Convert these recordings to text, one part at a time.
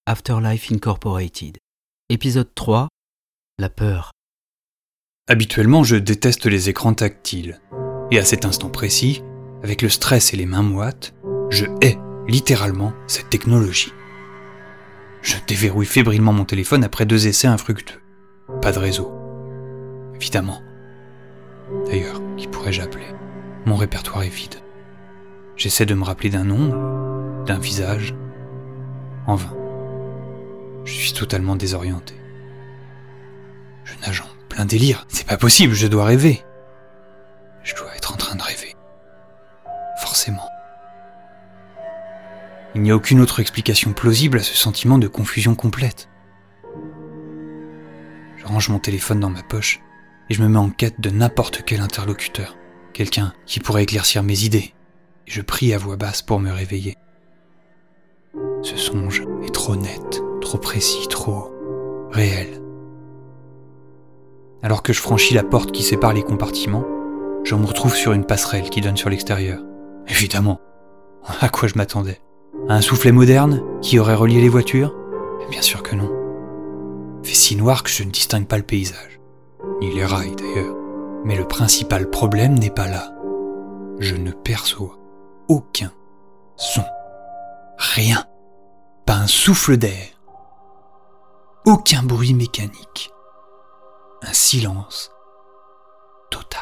Afterlife Incorporated. Épisode 3. La peur. Habituellement, je déteste les écrans tactiles. Et à cet instant précis, avec le stress et les mains moites, je hais littéralement cette technologie. Je déverrouille fébrilement mon téléphone après 2 essais infructueux. Pas de réseau. Évidemment. D'ailleurs, qui pourrais-je appeler ? Mon répertoire est vide. J'essaie de me rappeler d'un nom, d'un visage. En vain. Je suis totalement désorienté. Je nage en plein délire. C'est pas possible, je dois rêver. Je dois être en train de rêver. Forcément. Il n'y a aucune autre explication plausible à ce sentiment de confusion complète. Je range mon téléphone dans ma poche et je me mets en quête de n'importe quel interlocuteur. Quelqu'un qui pourrait éclaircir mes idées. Et je prie à voix basse pour me réveiller. Ce songe est trop net, trop précis, trop réel. Alors que je franchis la porte qui sépare les compartiments, je me retrouve sur une passerelle qui donne sur l'extérieur. Évidemment, à quoi je m'attendais ? À un soufflet moderne qui aurait relié les voitures ? Bien sûr que non. Il fait si noir que je ne distingue pas le paysage. Ni les rails d'ailleurs. Mais le principal problème n'est pas là. Je ne perçois aucun son. Rien. Pas un souffle d'air. Aucun bruit mécanique. Un silence total.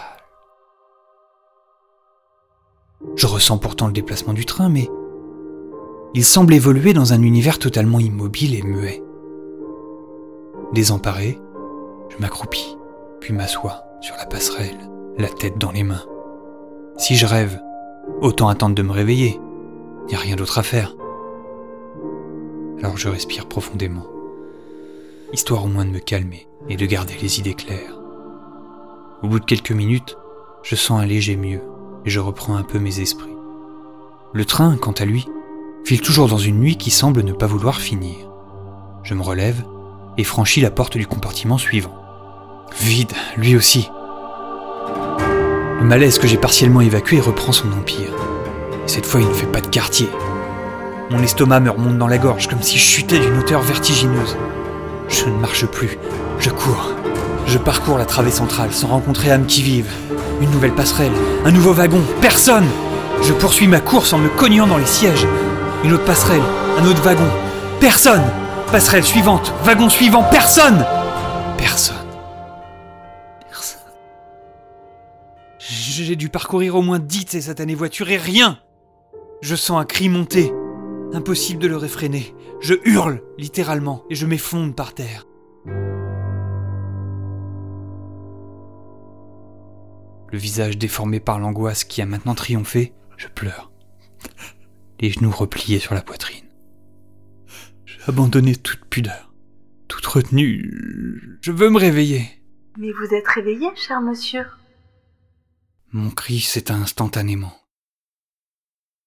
Je ressens pourtant le déplacement du train, mais il semble évoluer dans un univers totalement immobile et muet. Désemparé, je m'accroupis, puis m'assois sur la passerelle, la tête dans les mains. Si je rêve, autant attendre de me réveiller. Il n'y a rien d'autre à faire. Alors je respire profondément, histoire au moins de me calmer et de garder les idées claires. Au bout de quelques minutes, je sens un léger mieux et je reprends un peu mes esprits. Le train, quant à lui, file toujours dans une nuit qui semble ne pas vouloir finir. Je me relève et franchis la porte du compartiment suivant. Vide, lui aussi. Le malaise que j'ai partiellement évacué reprend son empire. Et cette fois, il ne fait pas de quartier. Mon estomac me remonte dans la gorge comme si je chutais d'une hauteur vertigineuse. Je ne marche plus, je cours. Je parcours la travée centrale sans rencontrer âme qui vive. Une nouvelle passerelle, un nouveau wagon, personne! Je poursuis ma course en me cognant dans les sièges. Une autre passerelle, un autre wagon, personne! Passerelle suivante, wagon suivant, personne! Personne. J'ai dû parcourir au moins 10 de ces satanées voitures et rien! Je sens un cri monter. Impossible de le réfréner. Je hurle, littéralement, et je m'effondre par terre. Le visage déformé par l'angoisse qui a maintenant triomphé, je pleure. Les genoux repliés sur la poitrine. J'ai abandonné toute pudeur, toute retenue. Je veux me réveiller. Mais vous êtes réveillé, cher monsieur ? Mon cri s'éteint instantanément,